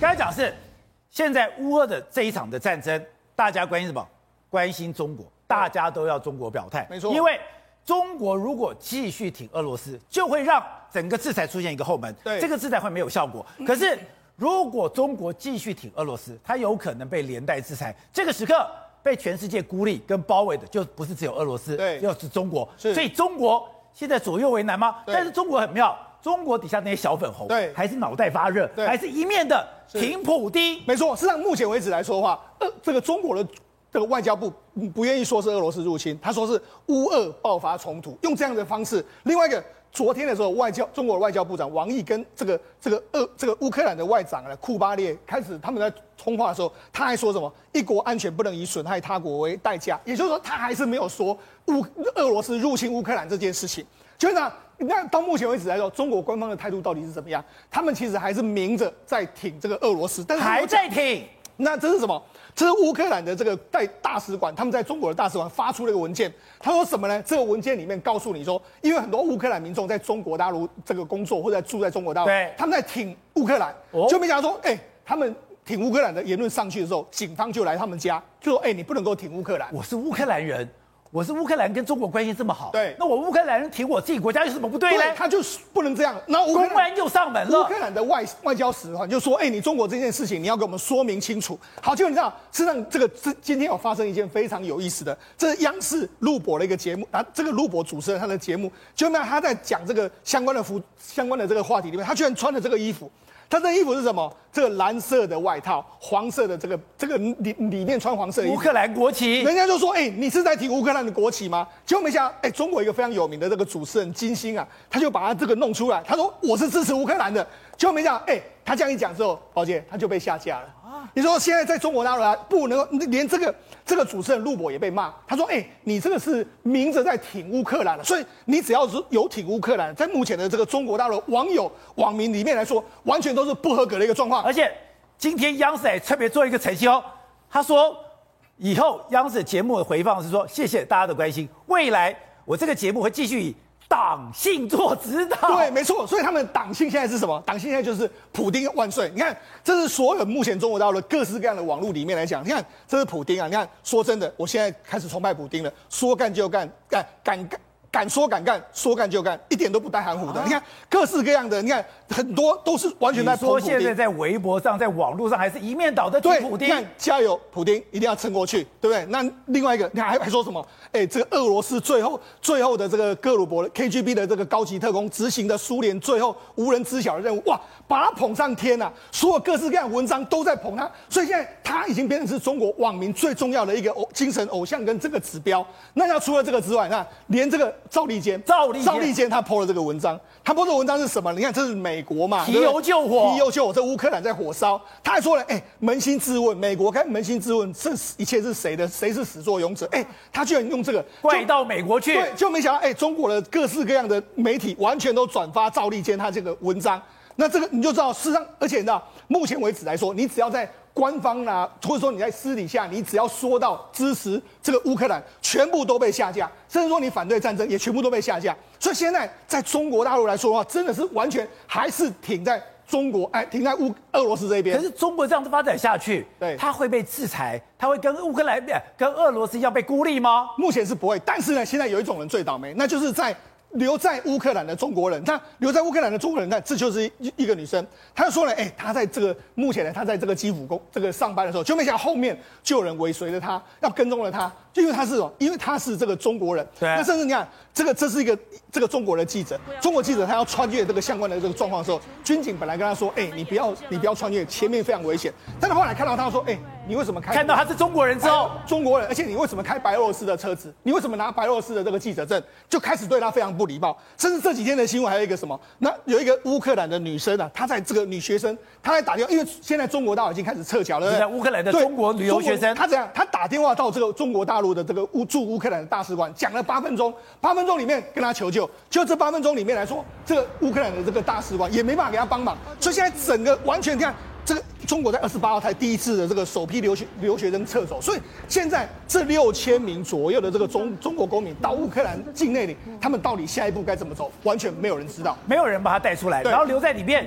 刚才讲是，现在乌俄的这一场的战争，大家关心什么？关心中国，大家都要中国表态， 没错， 因为中国如果继续挺俄罗斯，就会让整个制裁出现一个后门， 对， 这个制裁会没有效果。可是如果中国继续挺俄罗斯，它有可能被连带制裁。这个时刻被全世界孤立跟包围的，就不是只有俄罗斯， 对， 又是中国。 所以中国现在左右为难吗？但是中国很妙。中国底下那些小粉红， 对， 还是脑袋发热，还是一面的挺普丁。 没错，事实上目前为止来说的话，这个中国的这个外交部不愿意说是俄罗斯入侵，他说是乌俄爆发冲突，用这样的方式。另外一个，昨天的时候，中国的外交部长王毅跟这个乌克兰的外长库巴列开始他们在通话的时候，他还说什么一国安全不能以损害他国为代价，也就是说他还是没有说俄罗斯入侵乌克兰这件事情。就是呢，那到目前为止来说，中国官方的态度到底是怎么样？他们其实还是明着在挺这个俄罗斯，但是还在挺。 那这是什么？这是乌克兰的这个在大使馆，他们在中国的大使馆发出了一个文件。他说什么呢？这个文件里面告诉你说，因为很多乌克兰民众在中国大陆这个工作或者住在中国大陆，他们在挺乌克兰，就没想到说，他们挺乌克兰的言论上去的时候，警方就来他们家，就说，你不能够挺乌克兰。 我是乌克兰人。我是乌克兰，跟中国关系这么好， 对， 那我乌克兰人挺我自己国家有什么不对呢？ 他就是不能这样，然后公然又上门了。 乌克兰的外交使团就说：“你中国这件事情你要给我们说明清楚。”好，结果你知道，事实上今天有发生一件非常有意思的，这是央视录播的一个节目，这个录播主持人他的节目，就那他在讲这个相关的这个话题里面，他居然穿了这个衣服。他这衣服是什么？这个蓝色的外套，黄色的这个里面穿黄色的衣服， 乌克兰国旗。 人家就说：“你是在挺乌克兰的国旗吗？”结果没想到，中国一个非常有名的这个主持人金星啊，他就把他这个弄出来，他说：“我是支持乌克兰的。”结果没想到，他这样一讲之后，宝姐他就被下架了。你说现在在中国大陆不能够连这个主持人陆博也被骂，他说：“你这个是明着在挺乌克兰的，所以你只要是有挺乌克兰，在目前的这个中国大陆网民里面来说，完全都是不合格的一个状况。” 而且今天央视还特别做一个澄清哦，他说以后央视节目的回放是说谢谢大家的关心，未来我这个节目会继续以党性做指导。 对，没错，所以他们党性现在是什么？党性现在就是普丁万岁。你看，这是所有目前中国大陆的各式各样的网络里面来讲，你看这是普丁啊。你看，说真的，我现在开始崇拜普丁了，说干就干，敢说敢干，说干就干，一点都不带含糊的。你看各式各样的，你看很多都是完全在捧普丁。 你说现在在微博上、在网络上还是一面倒的挺普丁。 你看加油，普丁一定要撑过去，对不对？那另外一个，你还说什么？这个俄罗斯最后的这个哥鲁伯 KGB 的这个高级特工执行的苏联最后无人知晓的任务，哇，把他捧上天啊！所有各式各样的文章都在捧他，所以现在他已经变成是中国网民最重要的一个精神偶像跟这个指标。那要除了这个之外，那连这个赵立坚他 PO 了这个文章，他 PO 这个文章是什么？你看这是美国嘛， 提油救火， 这乌克兰在火烧，他还说了，扪心自问，美国该扪心自问，这一切是谁的？谁是始作俑者？他居然用这个怪到美国去， 对，就没想到，中国的各式各样的媒体完全都转发赵立坚他这个文章，那这个你就知道，事实上，而且你知道，目前为止来说，你只要在官方或者说你在私底下，你只要说到支持这个乌克兰，全部都被下架，甚至说你反对战争也全部都被下架。所以现在在中国大陆来说的话，真的是完全还是挺在中国，停在俄罗斯这一边。 可是中国这样子发展下去， 对， 它会被制裁，它会跟乌克兰、跟俄罗斯一样被孤立吗？ 目前是不会，但是呢，现在有一种人最倒霉，那就是留在乌克兰的中国人。那留在乌克兰的中国人，那这就是一个女生，她就说呢，她在这个目前呢，她在这个基辅上班的时候，就没想到后面就有人尾随着她，要跟踪了她。就因为他是这个中国人， 对， 那甚至你看，这是一个这个中国的记者，中国记者他要穿越这个相关的这个状况的时候，军警本来跟他说，你不要穿越，前面非常危险。但是后来看到他说，你为什么看到他是中国人之后， 中国人，而且你为什么开白俄罗斯的车子？你为什么拿白俄罗斯的这个记者证？就开始对他非常不礼貌。甚至这几天的新闻还有一个什么？那有一个乌克兰的女生啊，她在这个女学生，她在打电话，因为现在中国大陆已经开始撤侨了， 在乌克兰的中国旅游学生， 她怎样？她打电话到这个中国大陆的这个驻乌克兰的大使馆，讲了8分钟，8分钟里面跟他求救，就这8分钟里面来说，这个乌克兰的这个大使馆也没办法给他帮忙，所以现在整个完全看这个中国在28号才第一次的这个首批留学生撤走，所以现在这6000名左右的这个中国公民到乌克兰境内里，他们到底下一步该怎么走，完全没有人知道， 没有人把他带出来，然后留在里面。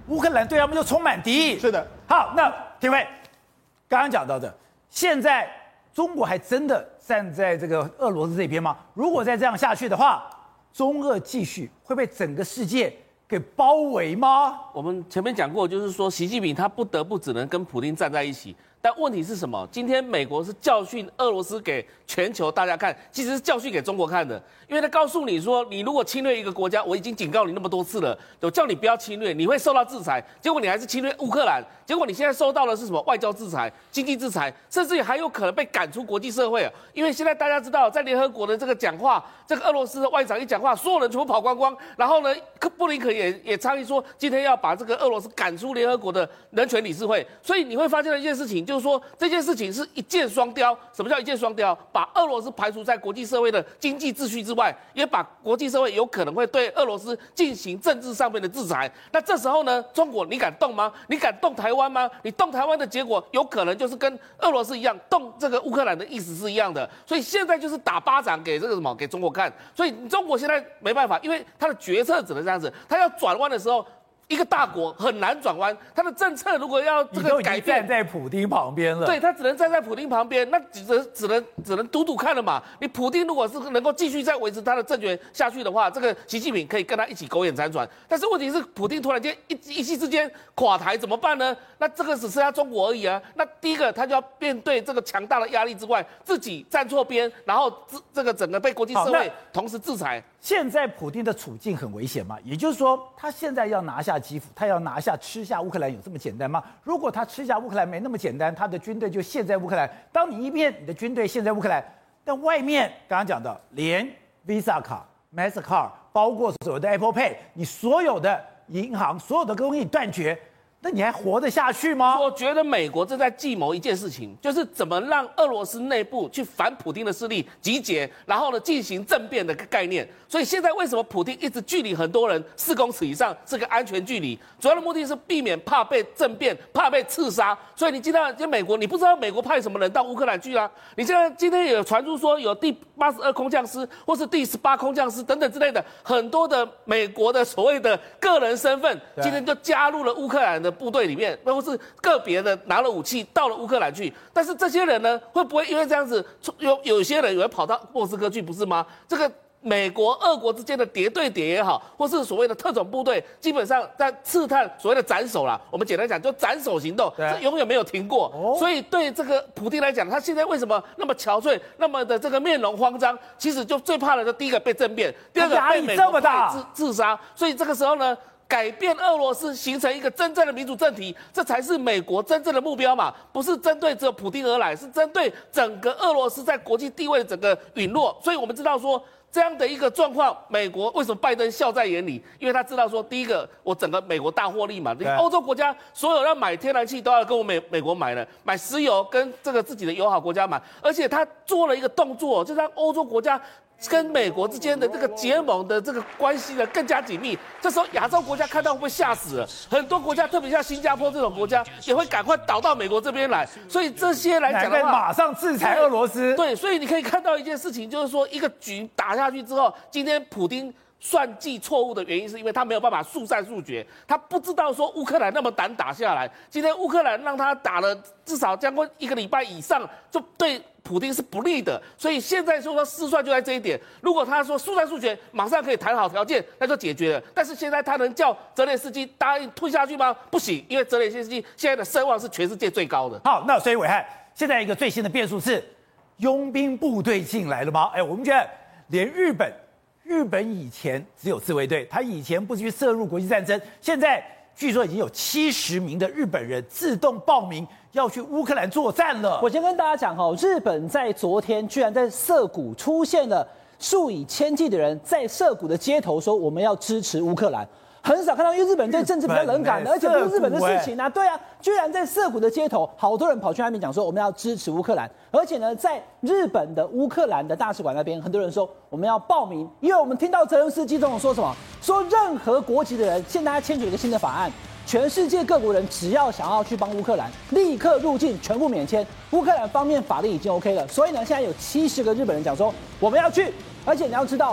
乌克兰对他们就充满敌意。 是的。 好，那廷伟刚刚讲到的，现在中国还真的站在这个俄罗斯这边吗？如果再这样下去的话，中俄继续会被整个世界给包围吗？ 我们前面讲过，就是说习近平他不得不只能跟普丁站在一起。但问题是什么？今天美国是教训俄罗斯给全球大家看，其实是教训给中国看的，因为他告诉你说，你如果侵略一个国家，我已经警告你那么多次了，我叫你不要侵略，你会受到制裁。结果你还是侵略乌克兰，结果你现在受到的是什么？外交制裁、经济制裁，甚至还有可能被赶出国际社会。因为现在大家知道，在联合国的这个讲话，这个俄罗斯的外长一讲话，所有人全部跑光光。然后呢，布林肯也倡议说，今天要把这个俄罗斯赶出联合国的人权理事会。所以你会发现一件事情，就是说这件事情是一箭双雕。什么叫一箭双雕？把俄罗斯排除在国际社会的经济秩序之外，也把国际社会有可能会对俄罗斯进行政治上面的制裁。那这时候呢，中国你敢动吗？你敢动台湾吗？你动台湾的结果有可能就是跟俄罗斯一样，动这个乌克兰的意思是一样的。所以现在就是打巴掌给这个什么，给中国看。所以中国现在没办法，因为他的决策只能这样子，他要转弯的时候，一个大国很难转弯，他的政策如果要这个改变， 站在普丁旁边了， 对他只能站在普丁旁边，那只能赌赌看了嘛。你普丁如果是能够继续再维持他的政权下去的话，这个习近平可以跟他一起苟延残喘。但是问题是，普丁突然间一夕之间垮台怎么办呢？那这个只剩下中国而已啊。那第一个他就要面对这个强大的压力之外，自己站错边，然后这个整个被国际社会同时制裁。 现在普丁的处境很危险嘛？也就是说，他现在要拿下基辅，他要吃下乌克兰，有这么简单吗？如果他吃下乌克兰没那么简单，他的军队就陷在乌克兰。当你一边你的军队陷在乌克兰，但外面刚刚讲的，连 Visa 卡、Mastercard， 包括所有的 Apple Pay， 你所有的银行、所有的东西断绝。那你还活得下去吗？ 我觉得美国正在计谋一件事情，就是怎么让俄罗斯内部去反普丁的势力集结，然后呢进行政变的概念。所以现在为什么普丁一直距离很多人4公尺以上是个安全距离？主要的目的是避免怕被政变、怕被刺杀。所以你今天美国，你不知道美国派什么人到乌克兰去啊？你今天有传出说有第82空降师或是第18空降师等等之类的，很多的美国的所谓的个人身份，今天就加入了乌克兰的部队里面，或是个别的拿了武器到了乌克兰去。但是这些人呢，会不会因为这样子，有些人也会跑到莫斯科去，不是吗？这个美国、俄国之间的谍对谍也好，或是所谓的特种部队，基本上在刺探所谓的斩首啦。我们简单讲，就斩首行动，这永远没有停过。所以对这个普丁来讲，他现在为什么那么憔悴，那么的这个面容慌张？其实就最怕的，就第一个被政变，第二个被美国派自杀。所以这个时候呢，改变俄罗斯，形成一个真正的民主政体，这才是美国真正的目标嘛，不是针对只有普丁而来，是针对整个俄罗斯在国际地位的整个陨落。所以我们知道说，这样的一个状况，美国为什么拜登笑在眼里？因为他知道说，第一个，我整个美国大获利嘛，欧洲国家所有要买天然气都要跟我美国买了，买石油跟这个自己的友好国家买，而且他做了一个动作，就让欧洲国家跟美国之间的这个结盟的这个关系呢更加紧密。这时候亚洲国家看到会不会吓死了？很多国家，特别像新加坡这种国家，也会赶快倒到美国这边来。所以这些来讲的话， 马上制裁俄罗斯。 对，所以你可以看到一件事情，就是说一个局打下去之后，今天普丁算计错误的原因，是因为他没有办法速战速决，他不知道说乌克兰那么难打下来。今天乌克兰让他打了至少将近1个礼拜以上，就对普丁是不利的。所以现在说失算就在这一点。如果他说速战速决，马上可以谈好条件，那就解决了。但是现在他能叫泽连斯基答应退下去吗？不行，因为泽连斯基现在的声望是全世界最高的。 好，那所以暐瀚，现在一个最新的变数是佣兵部队进来了吗？我们觉得连日本以前只有自卫队，他以前不去涉入国际战争，现在据说已经有70名的日本人自动报名要去乌克兰作战了。 我先跟大家讲日本在昨天居然在涩谷出现了数以千计的人，在涩谷的街头说我们要支持乌克兰。很少看到，因为日本人对政治比较冷感的，而且不是日本的事情啊，对啊，居然在涩谷的街头，好多人跑去那边讲说我们要支持乌克兰，而且呢，在日本的乌克兰的大使馆那边，很多人说我们要报名，因为我们听到泽连斯基总统说什么，说任何国籍的人，现在他签署一个新的法案，全世界各国人只要想要去帮乌克兰，立刻入境，全部免签。乌克兰方面法律已经 OK 了，所以呢，现在有70个日本人讲说我们要去，而且你要知道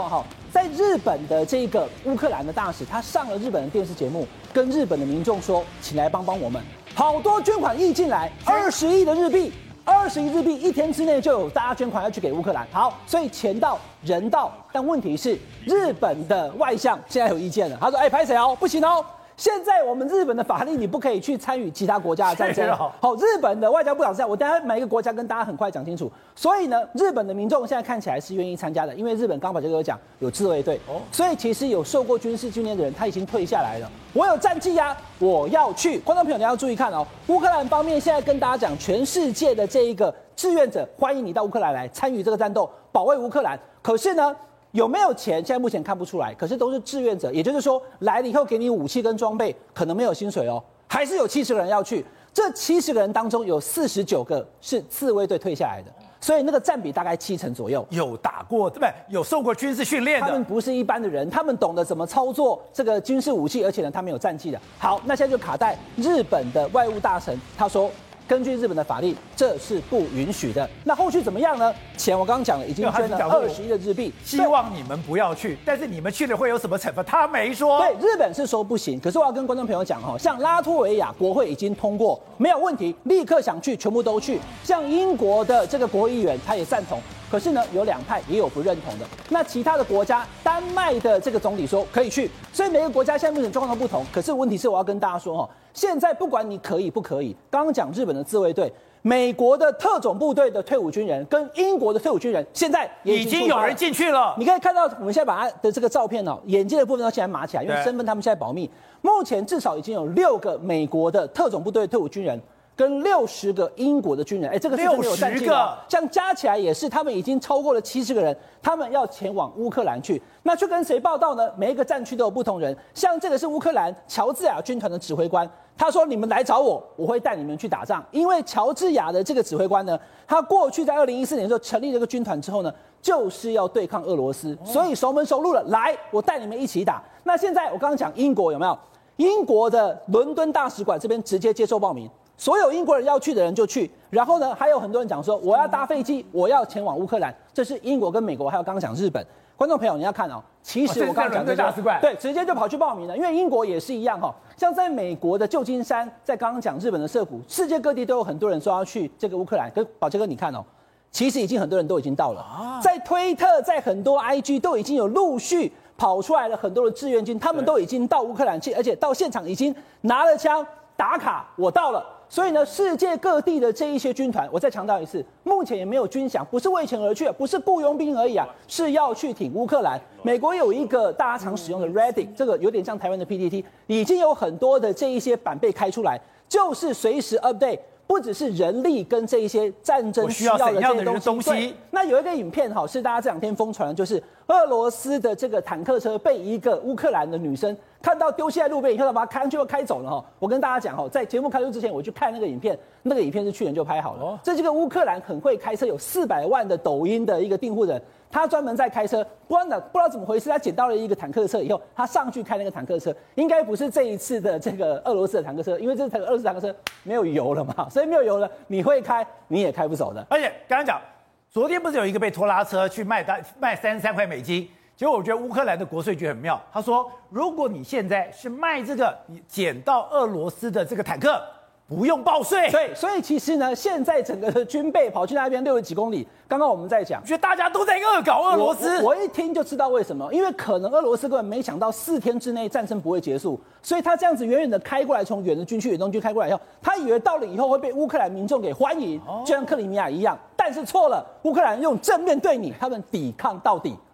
在日本的这个乌克兰的大使，他上了日本的电视节目，跟日本的民众说，请来帮帮我们，好多捐款亿进来，20亿的日币。20亿日币1天之内就有大家捐款要去给乌克兰，好，所以钱到人到，但问题是日本的外相现在有意见了，他说：“哎，拍谁哦，不行哦，现在我们日本的法律你不可以去参与其他国家的战争。”好，日本的外交部长这样，我等一下每一个国家跟大家很快讲清楚。所以呢，日本的民众现在看起来是愿意参加的，因为日本刚把这个有讲有自卫队，所以其实有受过军事训练的人他已经退下来了。我有战绩呀，我要去。观众朋友，你要注意看哦，乌克兰方面现在跟大家讲，全世界的这一个志愿者欢迎你到乌克兰来参与这个战斗，保卫乌克兰。可是呢，有没有钱？现在目前看不出来。可是都是志愿者，也就是说来了以后给你武器跟装备，可能没有薪水哦，还是有70个人要去。这70个人当中有49个是自卫队退下来的。所以那个占比大概70%左右， 有打过对不对？有受过军事训练的， 他们不是一般的人，他们懂得怎么操作这个军事武器，而且呢，他们有战绩的。好，那现在就卡在日本的外务大臣，他说，根据日本的法律，这是不允许的。那后续怎么样呢？钱我刚刚讲了，已经捐了20亿的日币， 希望你们不要去，但是你们去了会有什么惩罚？他没说。 对，日本是说不行，可是我要跟观众朋友讲哈，像拉脱维亚国会已经通过，没有问题，立刻想去全部都去。像英国的这个国会议员他也赞同，可是呢有2派也有不认同的。那其他的国家，丹麦的这个总理说可以去，所以每个国家现在目前状况都不同。可是问题是我要跟大家说哈，现在不管你可以不可以，刚刚讲日本的自卫队。美国的特种部队的退伍军人跟英国的退伍军人，现在也已经有人进去了。 你可以看到，我们现在把他的这个照片哦，眼睛的部分都现在码起来，因为身份他们现在保密。目前至少已经有6个美国的特种部队退伍军人，跟60个英国的军人，这个是真的有战绩的。像加起来也是，他们已经超过了70个人，他们要前往乌克兰去。那去跟谁报道呢？每一个战区都有不同人。像这个是乌克兰乔治亚军团的指挥官。他说：“你们来找我，我会带你们去打仗。因为乔治亚的这个指挥官呢，他过去在2014年的时候成立这个军团之后呢，就是要对抗俄罗斯，所以熟门熟路了。来，我带你们一起打。那现在我刚刚讲英国有没有？英国的伦敦大使馆这边直接接受报名，所有英国人要去的人就去。然后呢，还有很多人讲说，我要搭飞机，我要前往乌克兰。这是英国跟美国，还有刚刚讲日本。”观众朋友，你要看哦，其实我刚刚讲这个，对，直接就跑去报名了，因为英国也是一样哈，像在美国的旧金山，在刚刚讲日本的涩谷，世界各地都有很多人说要去这个乌克兰。跟宝杰哥你看哦，其实已经很多人都已经到了，在推特，在很多 IG 都已经有陆续跑出来了很多的志愿军，他们都已经到乌克兰去，而且到现场已经拿了枪打卡，我到了。所以呢，世界各地的这一些军团，我再强调一次，目前也没有军饷，不是为钱而去，不是雇佣兵而已啊，是要去挺乌克兰。美国有一个大家常使用的 Reddit， 这个有点像台湾的 PTT， 已经有很多的这一些版被开出来，就是随时 update。不只是人力跟这一些战争需要的这些东西。那有一个影片哈，是大家这2天疯传的，就是俄罗斯的这个坦克车被一个乌克兰的女生看到丢弃在路边以后，把它开上去又开走了哈。我跟大家讲哈，在节目开录之前，我去看那个影片，那个影片是去年就拍好了。这个乌克兰很会开车，有400万的抖音的一个订户人。他专门在开车，不知道怎么回事，他捡到了一个坦克车以后，他上去开那个坦克车，应该不是这一次的这个俄罗斯的坦克车，因为这俄罗斯坦克车没有油了嘛，所以没有油了，你会开你也开不走的。 而且刚刚讲，昨天不是有一个被拖拉车去卖33块美金，结果我觉得乌克兰的国税局很妙，他说如果你现在是卖这个你捡到俄罗斯的这个坦克，不用报税。 对，所以其实呢，现在整个的军备跑去那边60几公里。刚刚我们在讲， 觉得大家都在恶搞俄罗斯。 我一听就知道为什么，因为可能俄罗斯根本没想到4天之内战争不会结束，所以他这样子远远的开过来，从远的军区、远东区开过来以后，他以为到了以后会被乌克兰民众给欢迎，就像克里米亚一样。但是错了，乌克兰用正面对你，他们抵抗到底。